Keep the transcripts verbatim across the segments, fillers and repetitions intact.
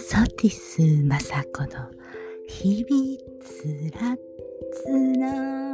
ソティス雅子の日々つらつら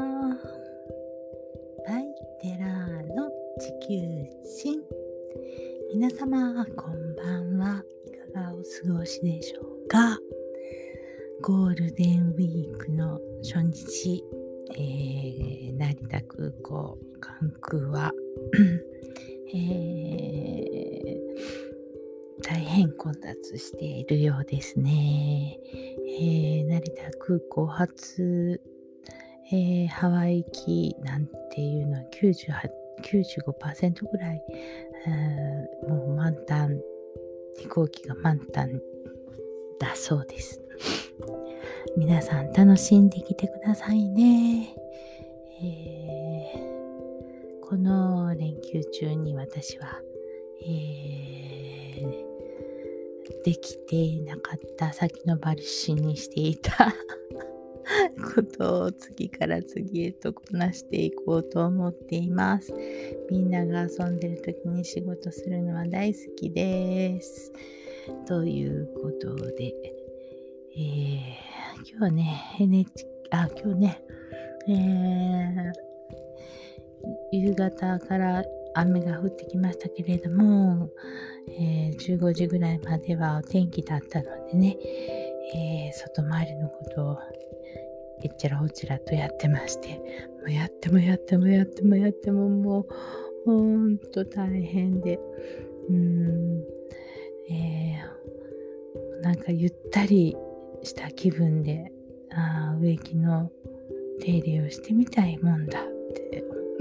バイテラーの地球人、皆様こんばんは。いかがお過ごしでしょうか。ゴールデンウィークの初日、えー、成田空港関空は、えー、大変混雑しているようですね。えー、成田空港発、えー、ハワイ行きなんていうのはきゅうじゅうはち きゅうじゅうごパーセントぐらい、えー、もう満タン、飛行機が満タンだそうです。皆さん楽しんできてくださいね。えー、この連休中に私は、えー、できていなかった先延ばしにしていたことを次から次へとこなしていこうと思っています。みんなが遊んでる時に仕事するのは大好きです。ということで、えー、今日ね、エヌエイチケー、あ、今日ね、えー、夕方から雨が降ってきましたけれども、えー、じゅうごじぐらいまではお天気だったのでね、えー、外回りのことをえっちゃらほちらとやってまして、もうやってもやってもやってもやってももうほんと大変で、うーん、えー、なんかゆったりした気分で、あ植木の手入れをしてみたいもんだって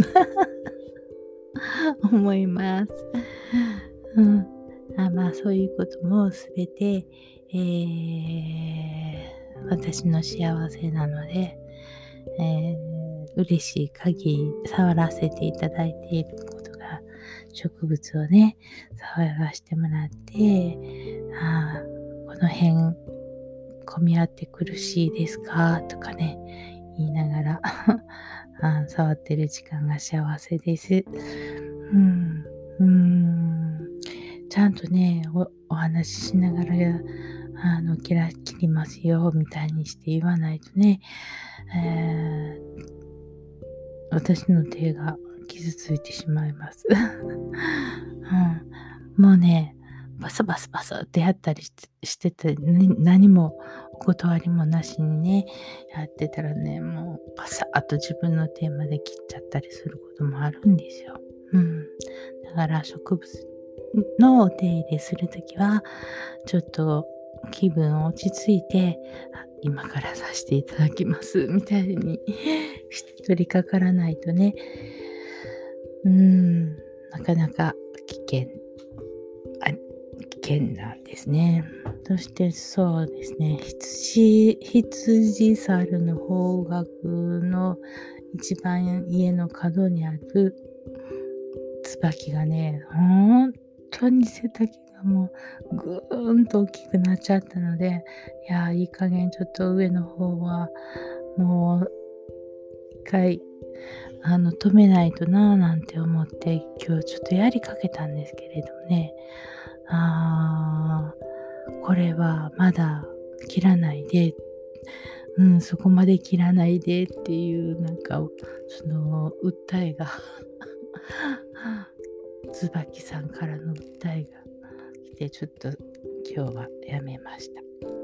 思います。うん、あまあそういうこともすべて、えー、私の幸せなので、えー、嬉しい限り触らせていただいていることが、植物をね触らせてもらって、あこの辺混み合って苦しいですかとかね言いながらあ触ってる時間が幸せです。うん、うーんちゃんとね お, お話ししながらあの切ら切りますよみたいにして言わないとね、えー、私の手が傷ついてしまいます、うん、もうねバサバサバサってやったり し, してて、ね、何もお断りもなしにねやってたらね、もうバサッと自分の手まで切っちゃったりすることもあるんですよ。うん、だから植物のお手入れするときはちょっと気分落ち着いて、今からさせていただきますみたいに取り掛からないとね、うーんなかなか危険あ危険なんですね。そしてそうですね、羊羊猿の方角の一番家の角にある椿がね、本当に背丈がもうぐーんと大きくなっちゃったので、いやいい加減ちょっと上の方はもう一回あの止めないとなぁなんて思って今日ちょっとやりかけたんですけれどもね、あーこれはまだ切らないで、うん、そこまで切らないでっていうなんかその訴えが椿さんからの訴えが来て、ちょっと今日はやめました。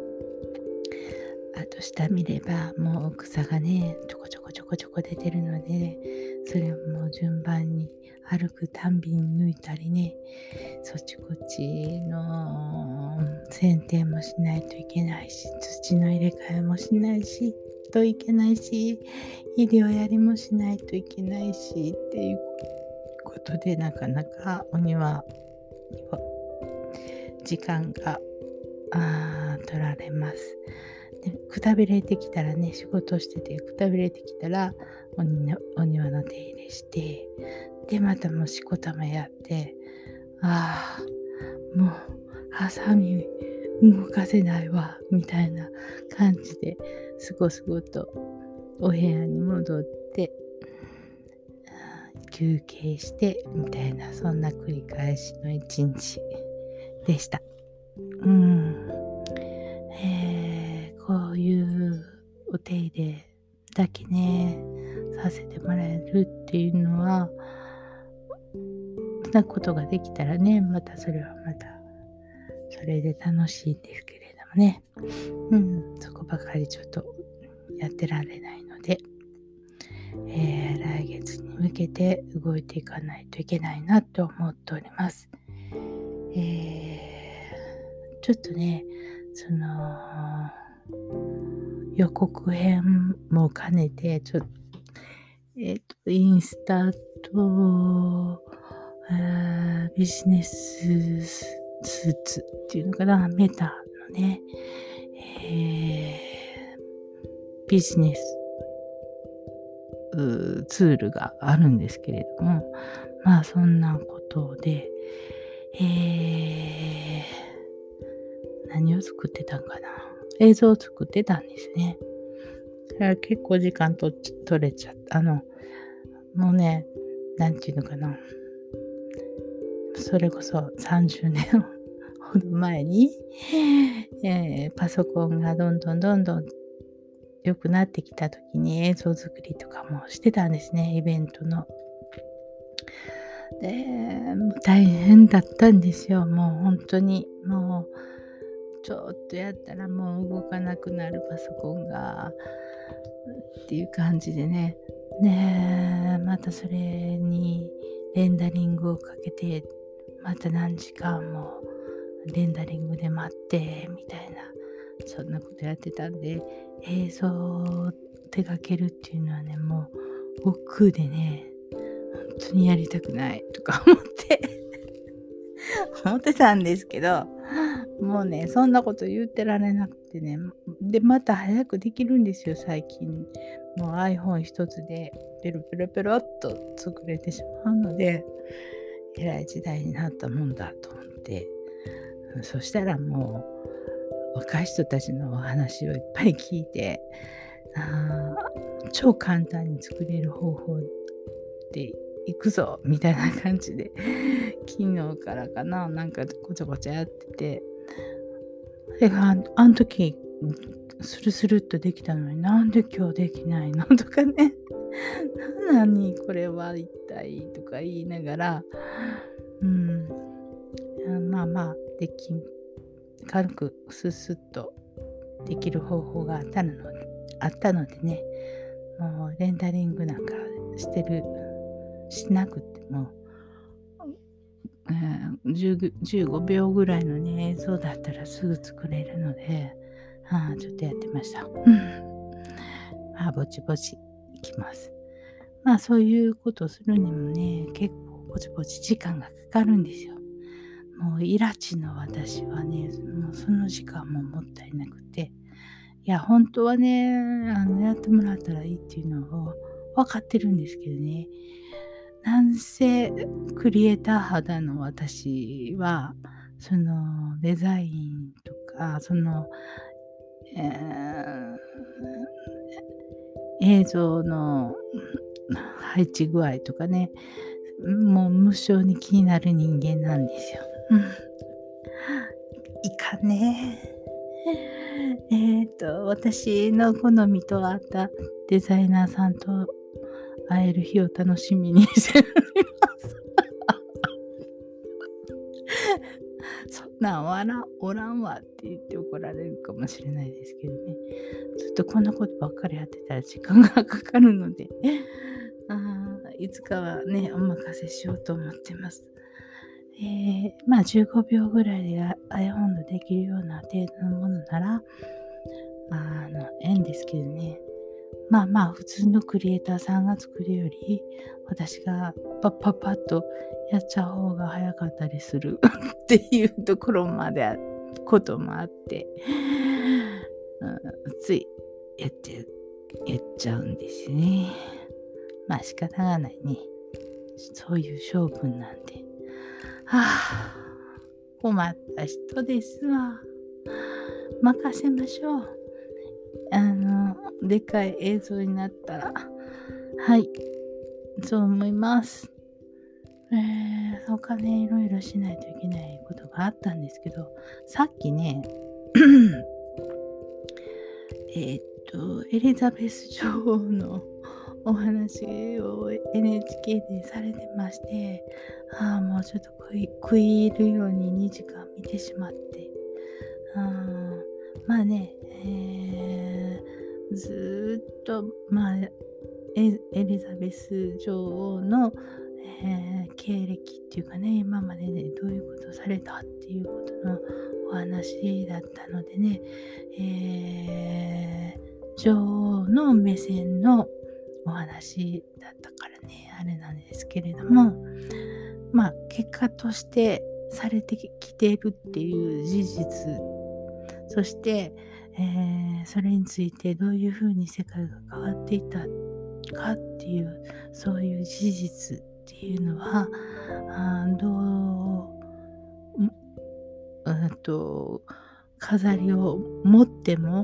あと下見ればもう草がねちょこちょこちょこちょこ出てるので、それをもう順番に歩くたんびに抜いたりね、そっちこっちの剪定もしないといけないし、土の入れ替えもしないしといけないし、肥料やりもしないといけないしっていうことで、なかなかお庭には時間があ取られます。でくたびれてきたらね、仕事しててくたびれてきたらお庭、お庭の手入れして、でまたもうしこたまやって、ああもうハサミ動かせないわみたいな感じで、すごすごとお部屋に戻って休憩してみたいな、そんな繰り返しの一日でした。うんだけねさせてもらえるっていうのは、そんなことができたらね、またそれはまたそれで楽しいんですけれどもね、うん、そこばかりちょっとやってられないので、えー、来月に向けて動いていかないといけないなと思っております。えー、ちょっとね、その予告編も兼ねて、ちょっと、えっと、インスタと、えービジネススーツっていうのかな、メタのね、えービジネスツールがあるんですけれども、まあそんなことで、えー、何を作ってたんかな、映像を作ってたんですね。だから結構時間と取れちゃった。あのもうね、なんていうのかな、それこそさんじゅうねんほど前に、えーパソコンがどんどんどんどん良くなってきた時に映像作りとかもしてたんですね、イベントの。で、もう大変だったんですよ。もう本当に、もうちょっとやったらもう動かなくなるパソコンがっていう感じでね。ねえ、またそれにレンダリングをかけて、また何時間もレンダリングで待ってみたいな、そんなことやってたんで、映像を手掛けるっていうのはね、もう億劫でね、本当にやりたくないとか思って思ってたんですけど、もうね、そんなこと言ってられなくてね、でまた早くできるんですよ、最近。もう iPhone 一つでペロペロペロっと作れてしまうので、えらい時代になったもんだと思って、そしたらもう若い人たちのお話をいっぱい聞いて、あ超簡単に作れる方法でいくぞみたいな感じで昨日からかな、なんかごちゃごちゃやってて、それがあの時スルスルっとできたのに、なんで今日できないのとかね何これは一体とか言いながら、うんまあまあでき軽くスッスッとできる方法があったのあったのでね、もうレンダリングなんかしてるしなくても、えー、じゅうじゅうごびょうぐらいのね映像だったらすぐ作れるので、あちょっとやってました。まあぼちぼちいきます。まあそういうことをするにもね、結構ぼちぼち時間がかかるんですよ。もうイラチの私はね、もうその時間ももったいなくて、いや本当はね、あのやってもらったらいいっていうのを分かってるんですけどね、なんせクリエイター肌の私はそのデザインとかその、えー、映像の配置具合とかね、もう無性に気になる人間なんですよ。うん、いかねえ。えっと私の好みと合ったデザイナーさんと会える日を楽しみにしておりますそんなんおらん、おらんわって言って怒られるかもしれないですけどね。ずっとこんなことばっかりやってたら時間がかかるので、あいつかはね、お任せしようと思ってます。えー、まあじゅうごびょうぐらいでアイホンドできるような程度のものなら、まあ、あの、ええんですけどね。まあまあ普通のクリエイターさんが作るより私がパッパッパッとやっちゃう方が早かったりするっていうところまでこともあって、うん、ついやっちゃやっちゃうんですね。まあ仕方がないね。そういう性分なんで。はあ、困った人ですわ。任せましょう。あのでかい映像になったら、はい、そう思います。えー、他ね、いろいろしないといけないことがあったんですけど、さっきね、えーっとエリザベス女王のお話を エヌエイチケー でされてまして、ああもうちょっと食い食い入るようににじかん見てしまって、あまあね、えー、ずーっとまあエエリザベス女王の、えー経歴っていうかね、今までねどういうことをされたっていうことのお話だったのでね、えー女王の目線のお話だったからね、あれなんですけれども、まあ結果としてされてきているっていう事実、そして、えーそれについてどういうふうに世界が変わっていったかっていう、そういう事実っていうのは、あーどう、んうんと、飾りを持っても、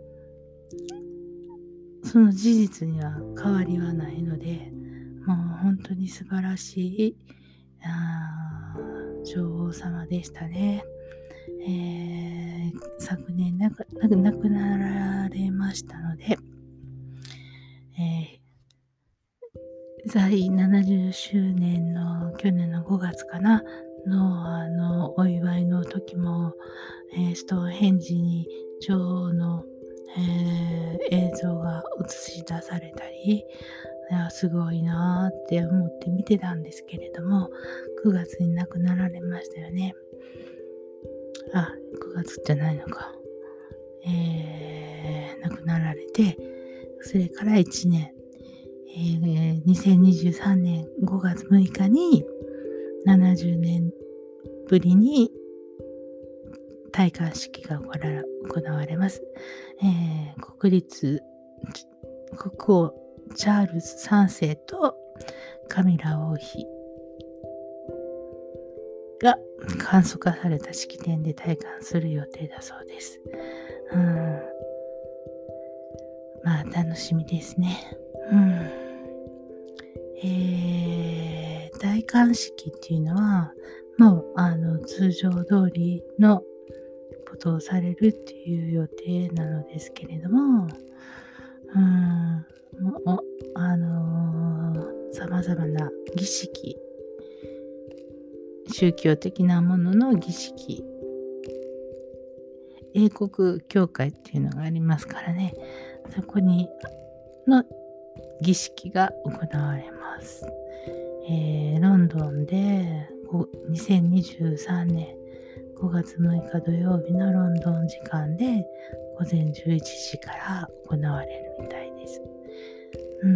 その事実には変わりはないので、もう本当に素晴らしいあー女王様でしたね。えー昨年亡く亡くなられましたので、えー在ななじゅっしゅうねんの去年のごがつかなのあのお祝いの時も、えーストーンヘンジに女王の、えー映像が映し出されたり、いやすごいなーって思って見てたんですけれども、くがつに亡くなられましたよね。あ、くがつじゃないのか。えー、亡くなられて、それからいちねん、えー、にせんにじゅうさんねんごがつむいかにななじゅうねんぶりに戴冠式が行われます。えー、国立国王チャールズさんせいとカミラ王妃が簡素化された式典で戴冠する予定だそうです。うん、まあ楽しみですね。うん、えー、戴冠式っていうのはもうあの通常通りのことをされるっていう予定なのですけれども、うん、もうあのー、様々な儀式、宗教的なものの儀式、英国教会っていうのがありますからね、そこにの儀式が行われます。えー、ロンドンでにせんにじゅうさんねんごがつむいか土曜日のロンドン時間でごぜんじゅういちじから行われるみたいです。うん。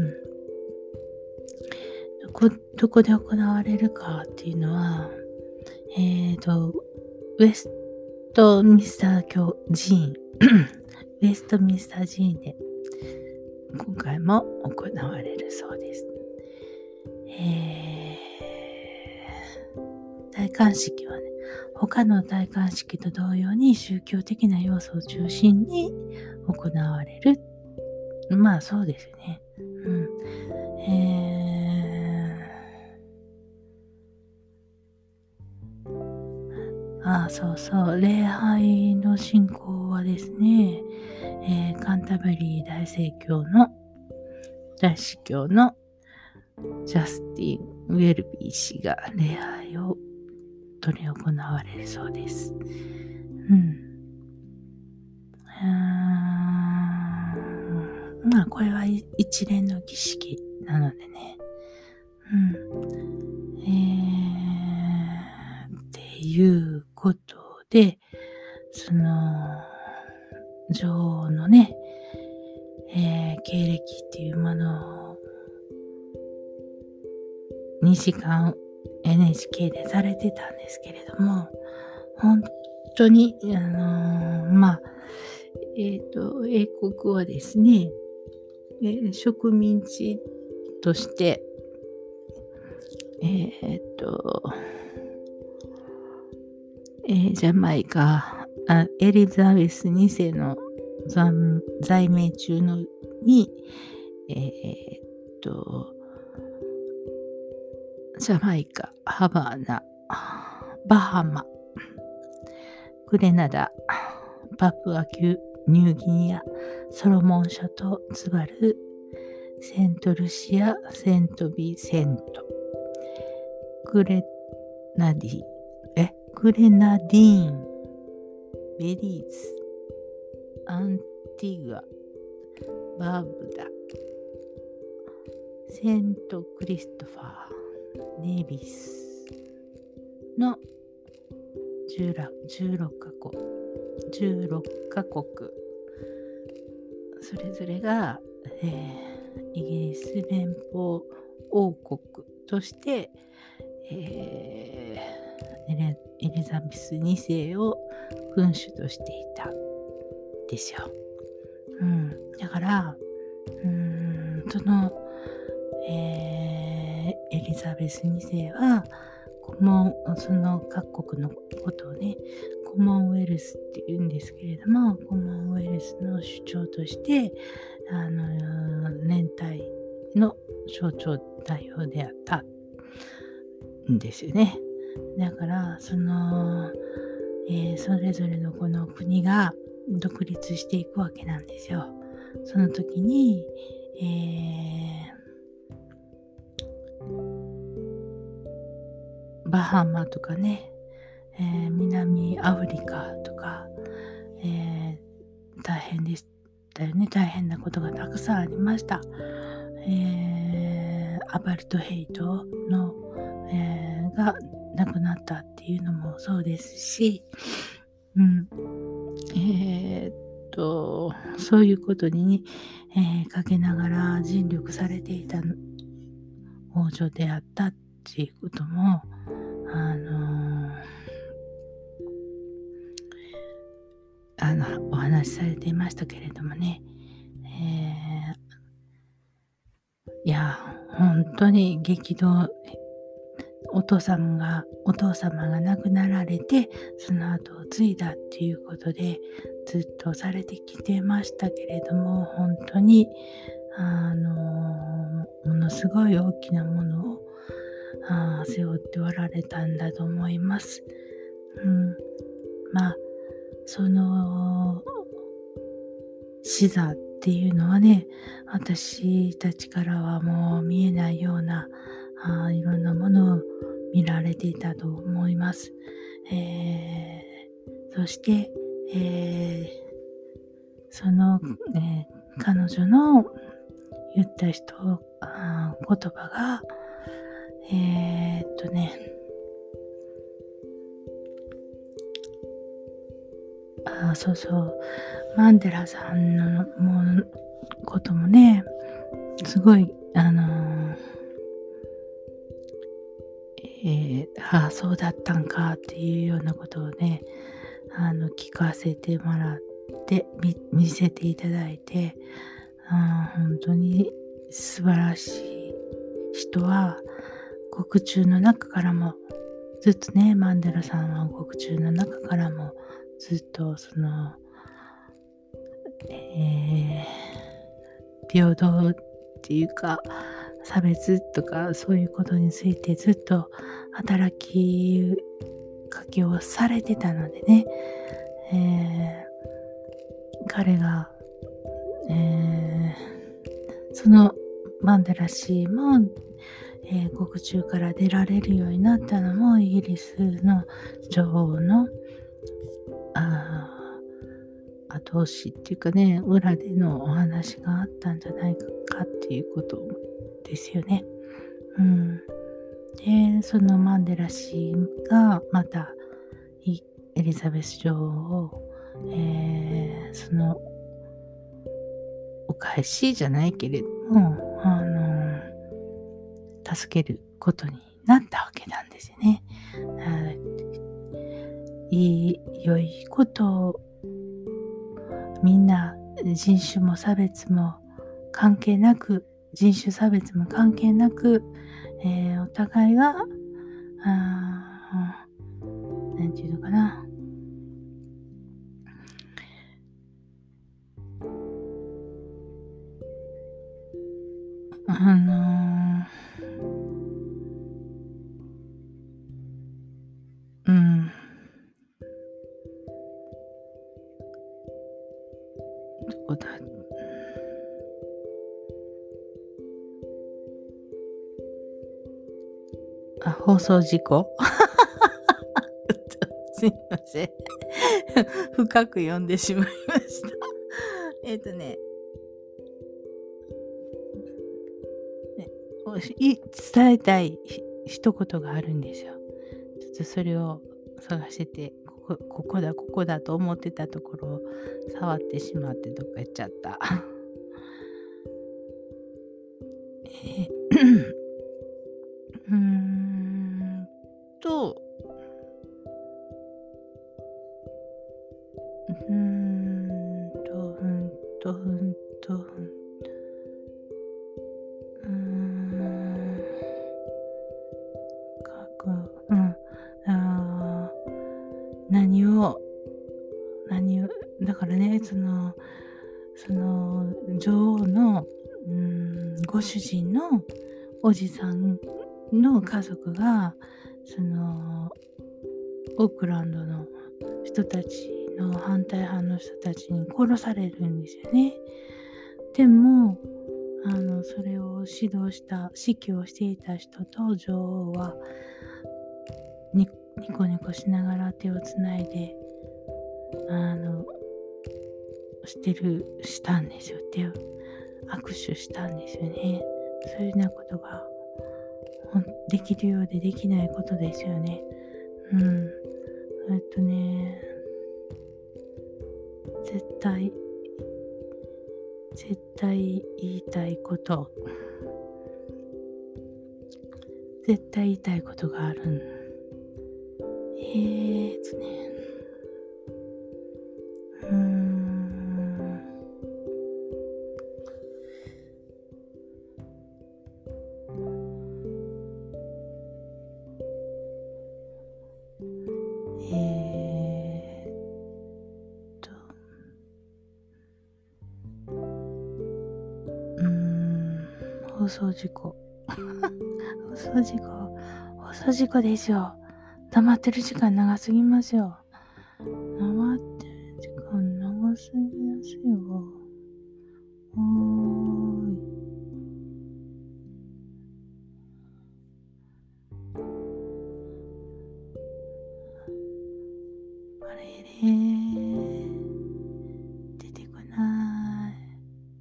どこ、どこで行われるかっていうのは、えーと、ウェストミンスター教寺院、ウェストミンスター寺院で今回も行われるそうです。えー、戴冠式はね、他の戴冠式と同様に宗教的な要素を中心に行われる。まあそうですね。うん。えー、ああ、そうそう。礼拝の進行はですね、えー、カンタベリー大聖教の大司教のジャスティン・ウェルビー氏が礼拝を執り行われるそうです。うん。まあこれは一連の儀式なのでね。うん。えー、っていうことで、その、女王のね、えー、経歴っていうものをにじかん エヌエイチケー でされてたんですけれども、本当に、あのー、まあ、えっと、英国はですね、えー植民地として、えっと、えージャマイカ、あエリザベスにせいの在在命中のに、えーっと、ジャマイカ、ハバーナ、バハマ、グレナダ、パプアキュニューギニア、ソロモン諸島、ツバル、セントルシア、セントビセント、グレナディ、え、グレナディーン、ベリーズ、アンティグア、バーブダ、セントクリストファー、ネビスのじゅうろっカ国、じゅうろっカ国、それぞれが、えー、イギリス連邦王国として、えー、エレエリザベスにせいを君主としていたんですよ。うん、だからうーんその、えー、エリザベスにせいはコモンその各国のことをねコモンウェルスって言うんですけれども、コモンウェルスの主張としてあの連帯の象徴代表であったんですよね。だからその、えー、それぞれのこの国が独立していくわけなんですよ。その時に、えー、バハマとかね、えー、南アフリカとか、えー、大変でしたよね。大変なことがたくさんありました。えー、アパルトヘイトの、えー、がなくなったっていうのもそうですし、うん、えー、っとそういうことに、えー、かけながら尽力されていた王女であったっていうことも、あのー、あのお話しされていましたけれどもね、えー、いや本当に激動、お父様がお父様が亡くなられてその後を継いだっていうことでずっとされてきてましたけれども、本当にあのものすごい大きなものをあ背負っておられたんだと思います。うん、まあその死座っていうのはね、私たちからはもう見えないようなあいろんなものを見られていたと思います。えー、そして、えー、その、えー、彼女の言った人あ言葉がえー、っとねあそうそうマンデラさんのもこともねすごいあのーえー、ああそうだったんかっていうようなことをねあの聞かせてもらって見せていただいて、あ本当に素晴らしい人は獄中の中からもずっとねマンデラさんは獄中の中からもずっとその、えー、平等っていうか差別とかそういうことについてずっと働きかけをされてたのでね、えー、彼が、えー、そのマンデラ氏も、えー、獄中から出られるようになったのもイギリスの女王のあ後押しっていうかね裏でのお話があったんじゃないかっていうことですよね。うん、でそのマンデラ氏がまたエリザベス女王を、えー、そのお返しじゃないけれども、あのー、助けることになったわけなんですよね。いい良いことをみんな人種も差別も関係なく人種差別も関係なく、えー、お互いがあなんていうのかなあのー、うんどこだ。あ、放送事故すいません。深く読んでしまいました。えっとね、伝えたい一言があるんですよ。ちょっとそれを探してて、ここ、ここだ、ここだと思ってたところを触ってしまってどっか行っちゃった。えー、うーんと、うーんと、うんと、うんと、うーん、かく、うん、あ何を、何を、だからね、その、その、女王の、うーん、ご主人のおじさんの家族が、その、オークランドの人たちの反対派の人たちに殺されるんですよね。でも、あの、それを指導した、指揮をしていた人と女王は、ニコニコしながら手をつないで、あの、してる、したんですよ。手を握手したんですよね。そういうようなことができるようでできないことですよね。うん。えっとね、絶対、絶対言いたいこと、絶対言いたいことがあるん。えーっとね、うーん、えーっと、うーん、放送事故。放送事故、放送事故ですよ。黙ってる時間長すぎますよ。黙ってる時間長すぎますよ。おーい。あれれ出てこない。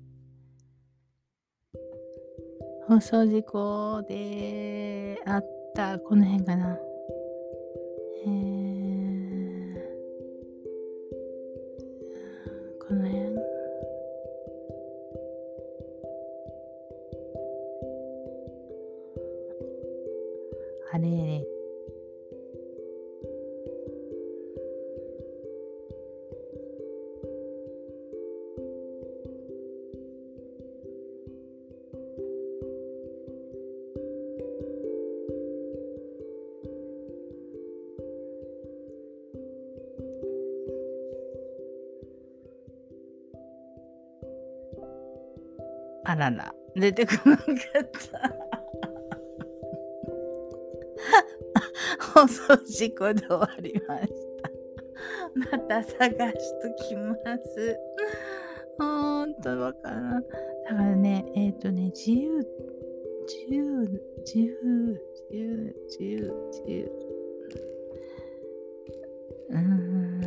放送事故であった。この辺かな。えー、この辺。あれれ。あらら。出てこなかった。放送事故で終わりました。また探しときます。ほんとわからん。だからね、えっ、ー、とね、自由、自由、自由、自由、自由、自由。うーん。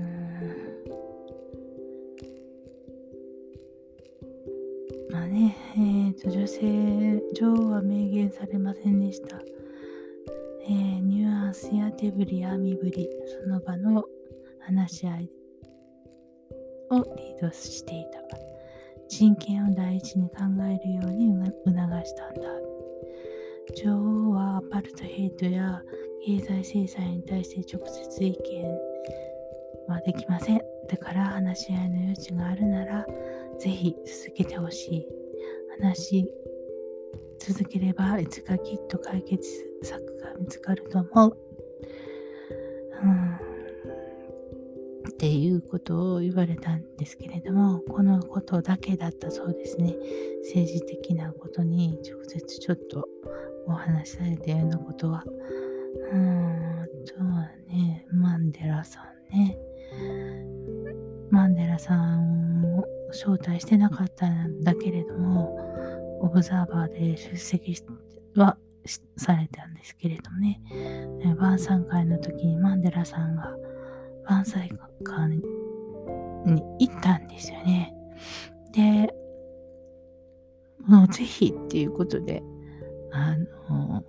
まあね、えっ、ー、と、女性、女王は明言されませんでした。えー、ニュアンスや手振りや身振り、その場の話し合いをリードしていた。人権を第一に考えるように促したんだ。女王はアパルトヘイトや経済制裁に対して直接意見はできません。だから話し合いの余地があるなら、ぜひ続けてほしい。話し続ければいつかきっと解決策が見つかると思う。うんっていうことを言われたんですけれども、このことだけだったそうですね。政治的なことに直接ちょっとお話しされたようなことは。うーん、あとはね、マンデラさんね。マンデラさん招待してなかったんだけれども、オブザーバーで出席はされたんですけれどもね、晩餐会の時にマンデラさんが晩餐会に行ったんですよね。で、もうぜひっていうことで、あの、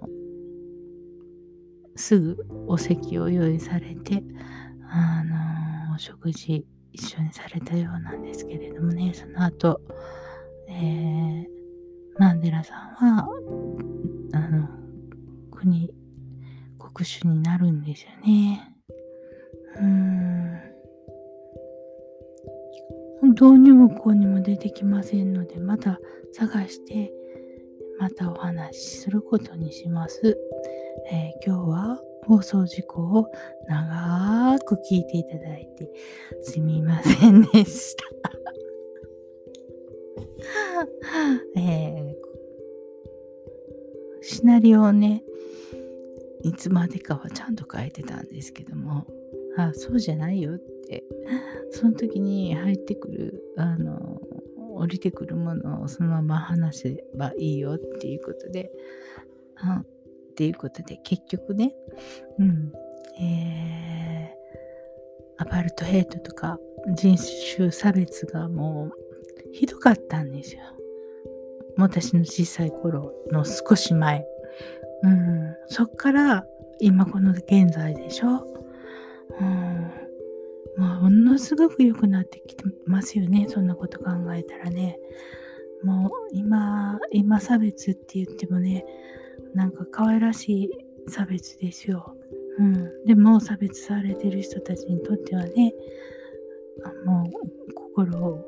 すぐお席を用意されて、あの、お食事一緒にされたようなんですけれどもね、その後、えー、マンデラさんは、あの、国、国主になるんですよね。うーん。どうにもこうにも出てきませんので、また探して、またお話しすることにします。えー、今日は放送事故を長く聞いていただいてすみませんでした。えー、シナリオをね、いつまでかはちゃんと書いてたんですけども、あ、そうじゃないよって、その時に入ってくる、あの、降りてくるものをそのまま話せばいいよっていうことで、うん、っていうことで、結局ね、うん、えー、アパルトヘイトとか人種差別がもうひどかったんですよ。私の小さい頃の少し前。うん、そっから今この現在でしょ。うん、もものすごく良くなってきてますよね。そんなこと考えたらね。もう今、今差別って言ってもね、なんか可愛らしい差別ですよ。うん。でも差別されてる人たちにとってはね、もう心を、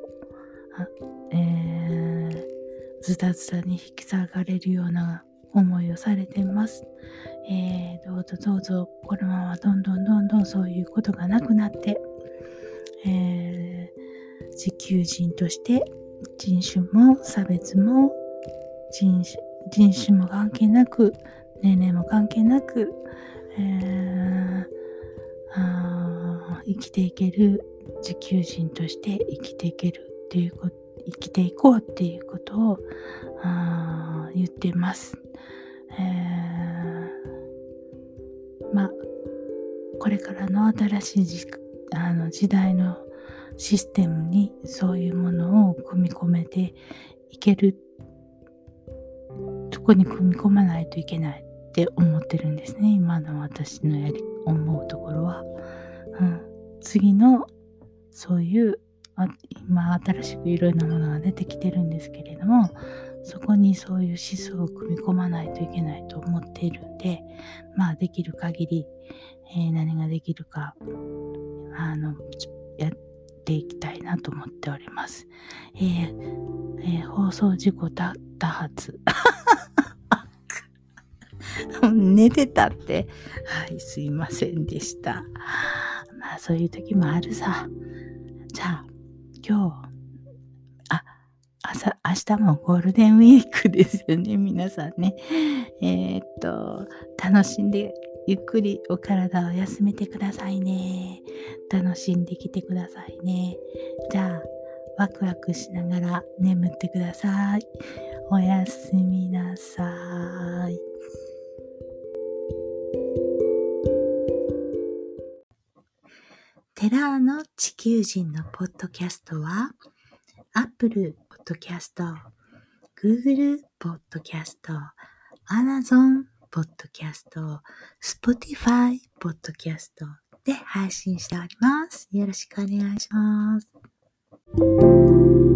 えー、ズタズタに引き下がれるような思いをされてます。えー、どうぞどうぞこのままどんどんどんどんそういうことがなくなって、えー、地球人として人種も差別も人種、人種も関係なく年齢も関係なく、えー、あ生きていける地球人として生きていけるっていうこと生きていこうっていうことをあ言ってます。えー、まあこれからの新しい時あの時代のシステムにそういうものを組み込めていけるとこに組み込まないといけないって思ってるんですね。今の私のやり思うところは、うん、次のそういうあ今新しくいろんなものが出てきてるんですけれども、そこにそういう思想を組み込まないといけないと思っているんで、まあできる限り、えー、何ができるかあのやっていきたいなと思っております。えーえー、放送事故多発寝てたって、はい、すいませんでした。まあそういう時もあるさ。じゃあ今日あ朝明日もゴールデンウィークですよね、皆さんね。えー、っと楽しんでゆっくりお体を休めてくださいね。楽しんできてくださいね。じゃあワクワクしながら眠ってください。おやすみなさい。テラーの地球人のポッドキャストは Apple Podcast、Google Podcast、Amazon Podcast、Spotify Podcast で配信しております。よろしくお願いします。